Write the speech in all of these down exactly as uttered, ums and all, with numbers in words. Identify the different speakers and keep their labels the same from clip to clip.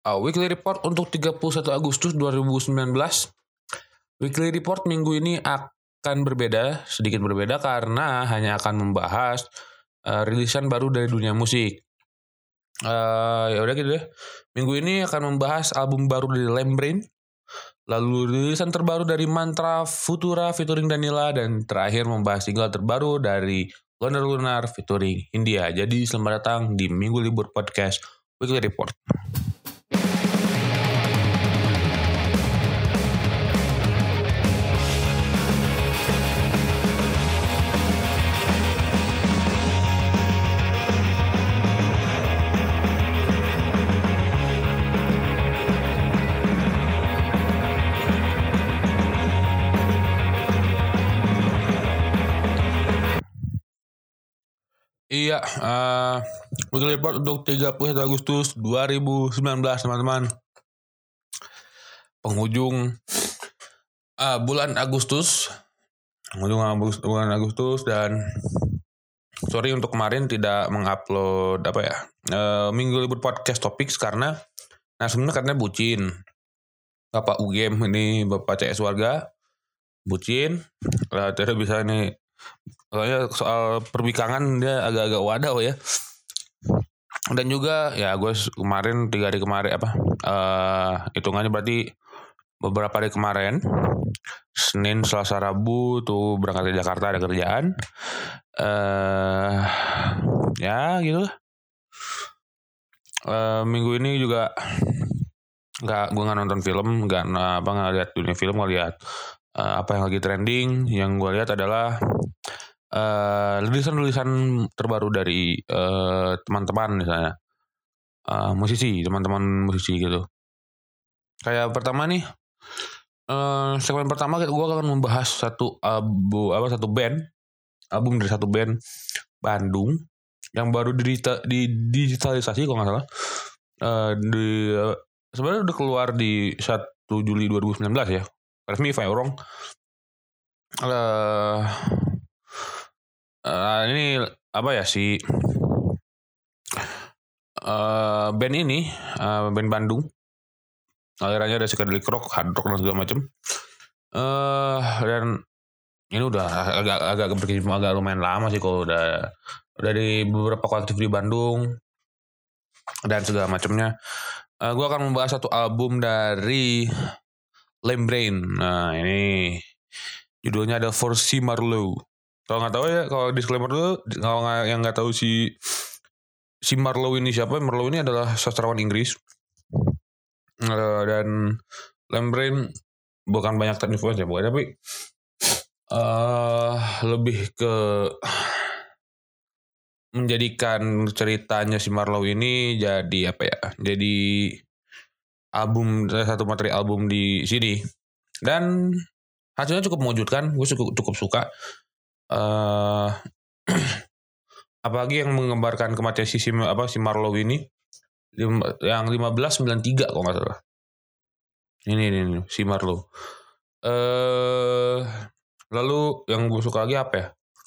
Speaker 1: Uh, weekly report untuk tiga puluh satu Agustus dua ribu sembilan belas. Weekly report minggu ini akan berbeda, sedikit berbeda karena hanya akan membahas uh, rilisan baru dari dunia musik. Uh, ya udah gitu deh. Minggu ini akan membahas album baru dari Lembrain, lalu rilisan terbaru dari Mantra Futura featuring Danila, dan terakhir membahas single terbaru dari Lunar Lunar featuring India. Jadi selamat datang di Minggu Libur Podcast Weekly Report. Iya, uh, Weekly Report untuk tiga puluh satu Agustus dua ribu sembilan belas, teman-teman. Penghujung uh, bulan Agustus. Penghujung bulan Agustus dan sorry untuk kemarin tidak mengupload apa ya, uh, Minggu Libur Podcast Topics karena nah sebenarnya katanya bucin. Bapak U G M ini, Bapak C S Warga bucin. Uh, tidak bisa ini. Soalnya soal perbikangan dia agak-agak wadaw ya. Dan juga ya gue kemarin tiga hari kemarin apa uh, hitungannya berarti beberapa hari kemarin Senin, Selasa, Rabu tuh berangkat ke Jakarta, ada kerjaan. uh, Ya gitu lah. uh, Minggu ini juga nggak gue nggak nonton film, nggak apa nggak lihat dunia film, nggak lihat uh, apa yang lagi trending. Yang gue lihat adalah Uh, rilisan-rilisan terbaru dari uh, teman-teman misalnya uh, musisi, teman-teman musisi gitu. Kayak pertama nih, uh, segmen pertama gue akan membahas satu album apa satu band, album dari satu band Bandung yang baru didigita, di digitalisasi kalau nggak salah. Uh, di uh, sebenarnya udah keluar di satu Juli dua ribu sembilan belas ya. Correct me if I'm wrong. Uh, Uh, ini apa ya si uh, band ini uh, band Bandung, alirannya ada psychedelic rock, hard rock dan segala macam. Uh, dan ini udah agak agak berkecimpung agak lumayan lama sih kalau udah udah di beberapa kolektif di Bandung dan segala macamnya. Uh, gue akan membahas satu album dari Lembrain. Nah ini judulnya ada For Si Marlowe. Kalau nggak tahu ya, kalau disclaimer dulu, kalau nggak yang nggak tahu si si Marlowe ini siapa? Marlowe ini adalah sastrawan Inggris uh, dan Lembrain bukan banyak influence ya, bukan, tapi uh, lebih ke menjadikan ceritanya si Marlowe ini jadi apa ya? Jadi album, satu materi album di sini dan hasilnya cukup mengejutkan. Gue cukup cukup suka. Uh, apalagi yang menggambarkan kematian si, si apa si Marlowe ini yang lima belas sembilan puluh tiga kalau nggak salah. Ini, ini ini si Marlowe. Uh, lalu yang gue suka lagi apa ya?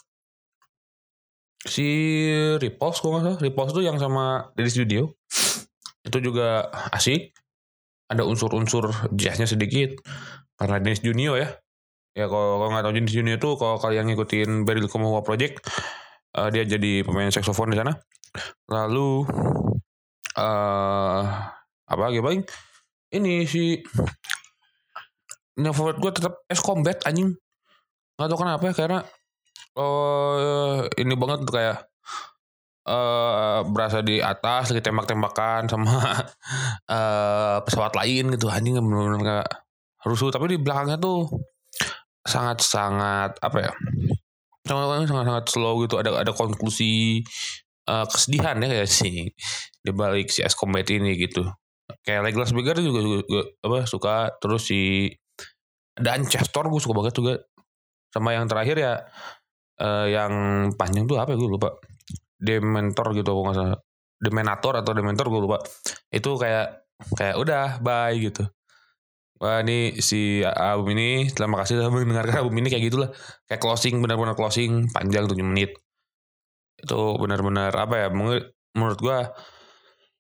Speaker 1: Si Repulse kalau nggak salah. Repulse tuh yang sama dari studio. Itu juga asik. Ada unsur-unsur jazznya sedikit karena Dennis Junior ya. Ya kalau kalau nggak tahu Dennis Junior tuh, kalau kalian ngikutin Beryl Comoa Project, uh, dia jadi pemain saksofon di sana. Lalu uh, apa lagi paling ini si yang favorit gue tetap S Combat anjing. Nggak tahu kenapa ya, karena uh, ini banget tuh kayak uh, berasa di atas lagi tembak-tembakan sama uh, pesawat lain gitu, anjing benar-benar kayak rusuh, tapi di belakangnya tuh sangat-sangat apa ya, sangat-sangat slow gitu. Ada ada konklusi uh, kesedihan ya kayak sih di balik si S Combat ini gitu. Kayak Leglas Beggar juga, juga, juga apa suka. Terus si dan Chestor gue suka banget juga. Sama yang terakhir ya uh, yang panjang tuh apa ya gue lupa. Dementor gitu kalau nggak salah. Demenator atau Dementor gue lupa. Itu kayak kayak udah bye gitu. Wah ini si album ini, terima kasih telah mendengarkan album ini, kayak gitulah. Kayak closing, benar-benar closing, panjang tujuh menit. Itu benar-benar apa ya, menurut gue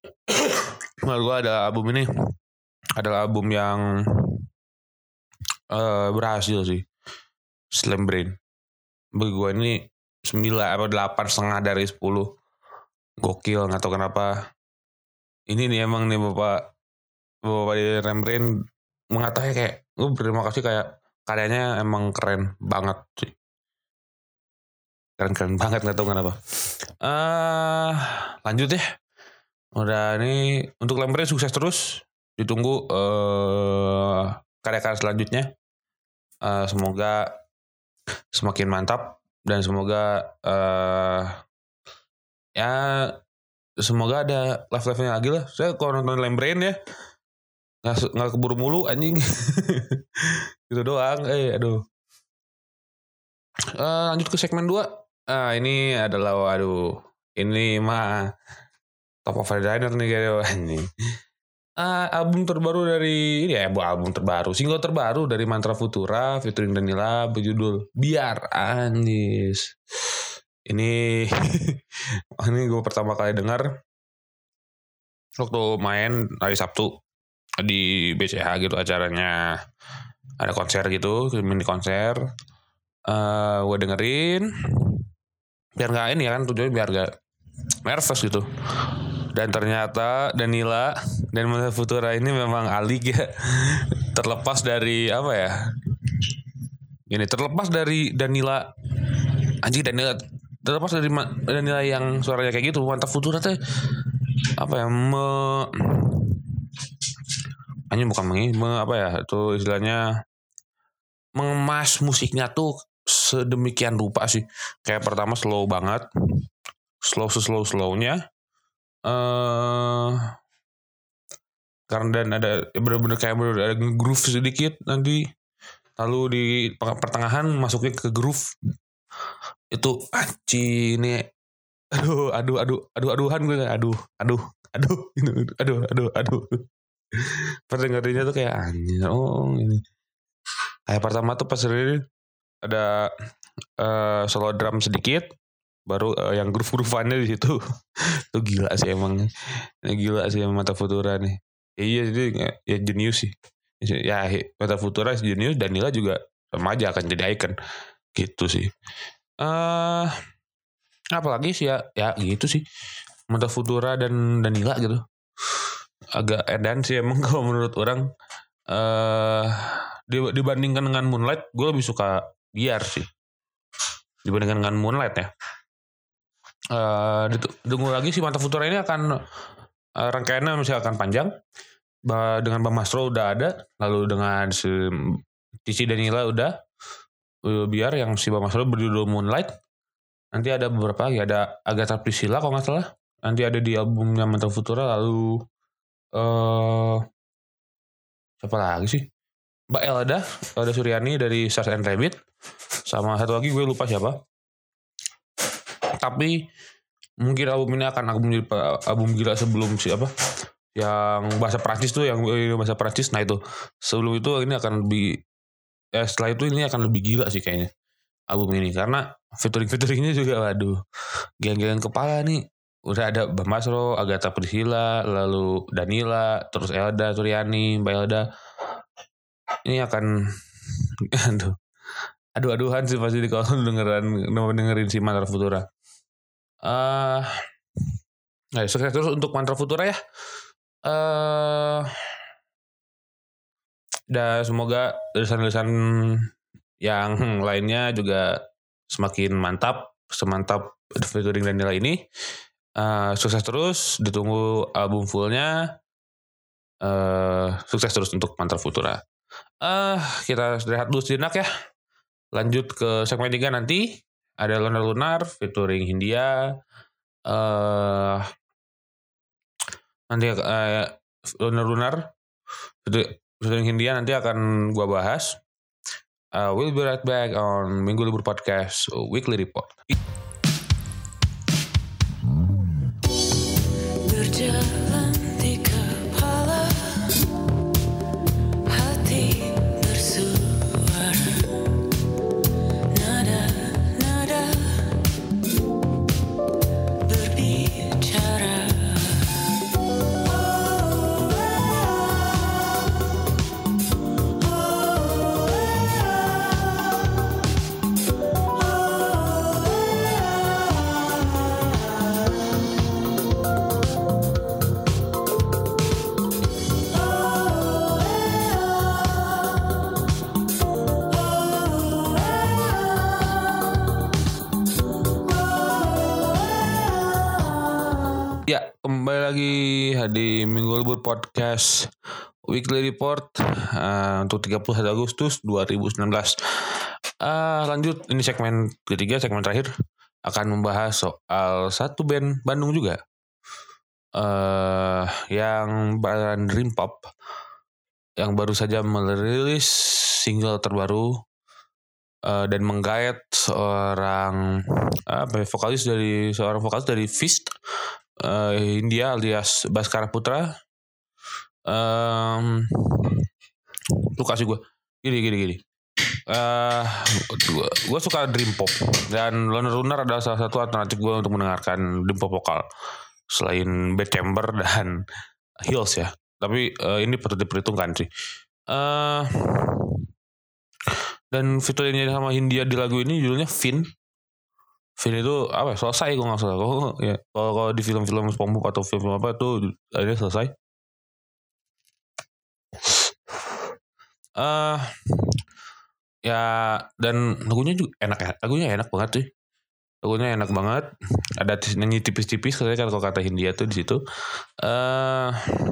Speaker 1: Menurut gue ada album ini adalah album yang uh, berhasil sih. Slam Brain. Bagi gue ini sembilan atau delapan setengah dari sepuluh. Gokil, nggak tahu kenapa. Ini nih emang nih bapak bapak di Slam Brain mengatakan kayak gue berterima kasih kayak karyanya emang keren banget sih. Keren-keren banget, nggak tahu kenapa. Uh, lanjut ya. Udah ini untuk Slam Brain sukses terus. Ditunggu uh, karya-karya selanjutnya. Uh, semoga semakin mantap dan semoga uh, ya semoga ada live-live-nya lagi lah. Saya kalau nonton Slam Brain ya nggak nggak keburu mulu anjing. Gitu doang. Eh aduh. Uh, lanjut ke segmen dua. Ah ini adalah waduh ini mah top of the diner nih kayak anjing. Uh, album terbaru dari ini ya album terbaru single terbaru dari Mantra Futura featuring Danila berjudul Biar Anis. Ini ini gue pertama kali dengar waktu main hari Sabtu di B C H gitu, acaranya ada konser gitu, mini konser. Uh, gue dengerin biar nggak ini ya kan, tujuannya biar nggak nervous gitu. Dan ternyata Danila dan Mantra Futura ini memang alik ya. Terlepas dari apa ya? Ini terlepas dari Danila. Anjing Danila terlepas dari Danila yang suaranya kayak gitu. Mantra Futura teh apa ya? Me Anjing bukan mengi, me, apa ya? Itu istilahnya mengemas musiknya tuh sedemikian rupa sih. Kayak pertama slow banget. Slow slow slownya. Eh uh, karena dan ada bener-bener kayak bener ada groove sedikit nanti, lalu di pertengahan masuknya ke groove itu anci ini aduh aduh aduh aduh aduhan gue aduh aduh aduh aduh aduh aduh pendengarinya tuh kayak anjir. Oh ini kayak pertama tuh pas ini ada uh, solo drum sedikit, baru uh, yang groove-grooveannya di situ. Itu gila sih emang. Ini gila sih emang Mantra Futura nih. Ya, iya jadi ya jenius sih. Ya Mantra Futura jenius, Danila juga sama aja akan jadi icon. Gitu sih. Eh uh, apalagi sih ya ya gitu sih. Mantra Futura dan Danila gitu. Agak edan sih emang kalau menurut orang. Eh uh, dibandingkan dengan Moonlight, gue lebih suka Biar sih. Dibandingkan dengan Moonlight ya. Uh, ditunggu lagi sih Mantra Futura ini akan uh, rangkaiannya masih akan panjang. Ba, dengan Bang Masro udah ada, lalu dengan si Cici Danila udah, uh, Biar yang si Bang Masro berjudul Moonlight. Nanti ada beberapa lagi, ada Agatha Priscilla kalau nggak salah. Nanti ada di albumnya Mantra Futura, lalu uh, siapa lagi sih? Mbak Elda, Elda Suryani dari Stars and Rabbit, sama satu lagi gue lupa siapa. Tapi mungkin album ini akan album album gila sebelum siapa yang bahasa Prancis tuh, yang bahasa Prancis. Nah itu sebelum itu ini akan lebih eh, setelah itu ini akan lebih gila sih kayaknya album ini, karena featuring featuringnya juga waduh geng-geng kepala nih. Udah ada Bang Masro, Agatha Priscilla, lalu Danila, terus Elda Suryani, Mbak Elda. Ini akan aduh aduh aduhan sih pasti kalau dengeran dengerin si Mantra Futura. Uh, nah, sukses terus untuk Mantra Futura ya. Uh, dan semoga tulisan-tulisan yang lainnya juga semakin mantap, semantap featuring Danila ini. Uh, sukses terus, ditunggu album fullnya. Uh, sukses terus untuk Mantra Futura. Uh, kita rehat dulu sejenak ya. Lanjut ke segmen tiga nanti. Ada Lunar Lunar featuring Hindia. Uh, nanti uh, Lunar Lunar featuring Hindia nanti akan gua bahas. Uh, we'll be right back on Minggu Libur Podcast Weekly Report.
Speaker 2: Berjalan di kepala, hati bersuara, nada-nada berbicara.
Speaker 1: kembali lagi di Minggu Libur Podcast Weekly Report uh, untuk tiga puluh satu Agustus dua ribu sembilan belas. Uh, lanjut, ini segmen ketiga, segmen terakhir akan membahas soal satu band Bandung juga uh, yang beraliran Dream Pop yang baru saja merilis single terbaru uh, dan menggait seorang apa uh, vokalis dari seorang vokalis dari Fist uh, India alias Bhaskara Putra. Um, lu kasih gue gini gini gini. Uh, gue suka Dream Pop dan Loner Lunar adalah salah satu alternatif gue untuk mendengarkan Dream Pop vokal selain Bad Chamber dan Hills ya. Tapi uh, ini perlu diperhitungkan sih. Uh, dan fiturnya sama Hindia di lagu ini judulnya Fin. Fin itu apa? Selesai gue nggak salah. Kalau ya, kalau di film-film SpongeBob atau film-film apa itu ini selesai. Uh, ya dan lagunya juga enak ya. Lagunya enak banget sih. Lagunya enak banget. Ada nyanyi tipis-tipis katanya kalau kata Hindia tuh di situ. Uh,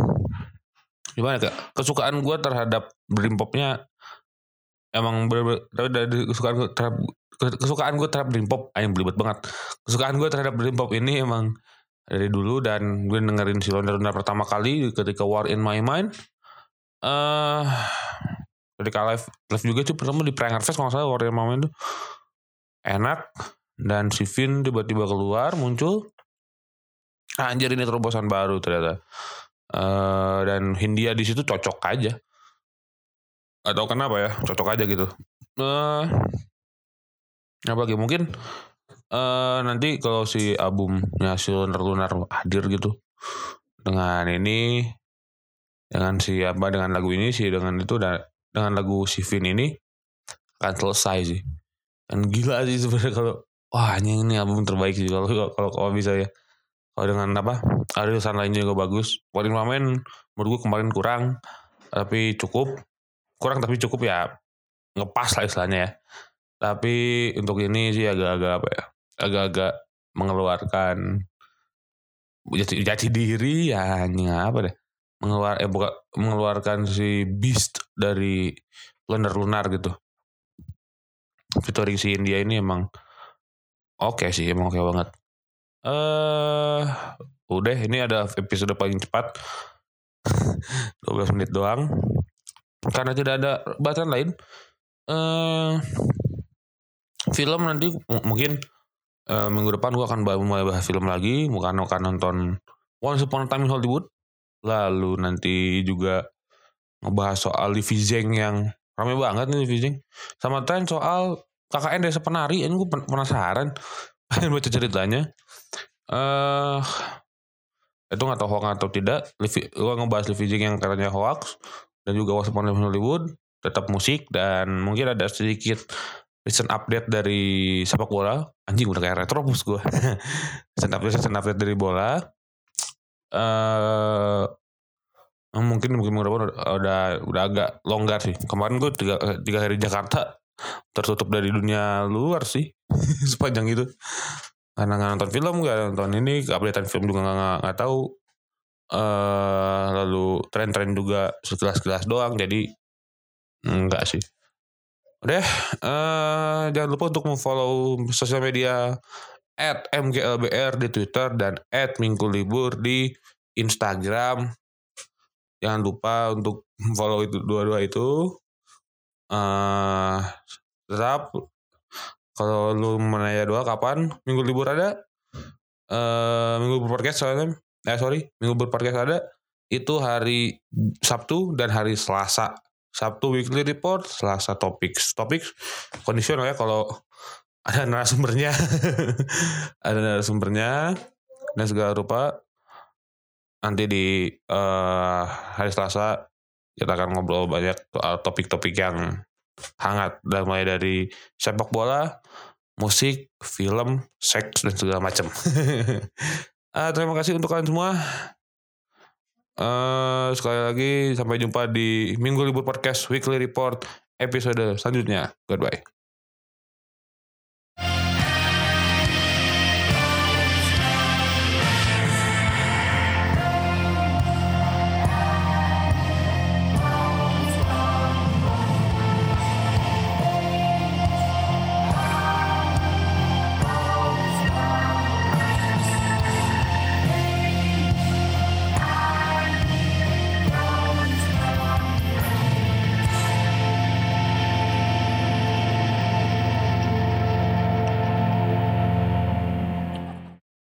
Speaker 1: gimana kak? Kesukaan gue terhadap Dream Popnya emang bener-bener dari kesukaan gue terhadap kesukaan gue terhadap Dream Pop yang belibet banget. Kesukaan gue terhadap Dream Pop ini emang dari dulu dan gue dengerin si Loner Lunar pertama kali ketika War in My Mind. Eh uh, ketika live live juga tuh pertama di Pranger Fest kalau nggak salah War in My Mind tuh enak. Dan si Vin tiba-tiba keluar muncul. Anjir ini terobosan baru ternyata. Uh, dan Hindia di situ cocok aja. Atau kenapa ya? Cocok aja gitu. Uh, apa lagi mungkin uh, nanti kalau si albumnya si Loner Lunar hadir gitu dengan ini dengan si apa dengan lagu ini sih dengan itu dan dengan lagu si Vin ini akan selesai sih. Dan gila sih sebenarnya kalau wah ini ini album terbaik sih kalau kalau kalau bisa ya. Kalau dengan apa arisan lainnya juga bagus. War in My Mind menurut gue kemarin kurang tapi cukup kurang tapi cukup ya ngepas lah istilahnya ya. Tapi untuk ini sih agak-agak apa ya agak-agak mengeluarkan jati, jati diri ya apa deh mengeluar eh bukan mengeluarkan si Beast dari Loner Lunar gitu. Featuring si India ini emang oke okay sih emang oke okay banget. Eh uh, udah ini ada episode paling cepat dua belas menit doang karena tidak ada bahasan lain. Eh uh, film nanti m- mungkin uh, minggu depan gue akan mulai bahas film lagi, bukan akan nonton Once Upon a Time in Hollywood. Lalu nanti juga ngebahas soal Livi Zeng yang ramai banget nih Livi Zeng. Sama tren soal K K N Desa Penari, ini gue penasaran pengen baca ceritanya. Eh uh, itu nggak tahu hoax atau tidak. Livi, gue ngebahas Livi Zeng yang katanya hoax dan juga Once Upon a Time in Hollywood. Tetap musik dan mungkin ada sedikit recent update dari sepak bola. Anjing udah kayak retrobus gue. recent update recent update dari bola. Eh uh, mungkin mungkin udah, udah udah agak longgar sih. Kemarin gue tiga, tiga hari di Jakarta tertutup dari dunia luar sih sepanjang itu. Karena nggak nonton film, nggak nonton ini, updatean film juga nggak nggak tahu. Uh, lalu tren-tren juga sekilas-sekilas doang. Jadi enggak sih. Udah, uh, jangan lupa untuk follow sosial media at M G L B R di Twitter dan at Minggu Libur di Instagram. Jangan lupa untuk follow itu dua-dua itu. Uh, tetap kalau lu menanya doa kapan Minggu Libur ada, uh, Minggu Libur Podcast soalnya, eh sorry Minggu Libur Podcast ada itu hari Sabtu dan hari Selasa. Sabtu Weekly Report, Selasa Topics. Topics kondisional ya kalau ada narasumbernya. ada narasumbernya dan segala rupa. Nanti di uh, hari Selasa kita akan ngobrol banyak soal topik-topik yang hangat. Dan mulai dari sepak bola, musik, film, seks, dan segala macam. uh, terima kasih untuk kalian semua. Uh, sekali lagi sampai jumpa di Minggu Libur Podcast Weekly Report episode selanjutnya. Goodbye.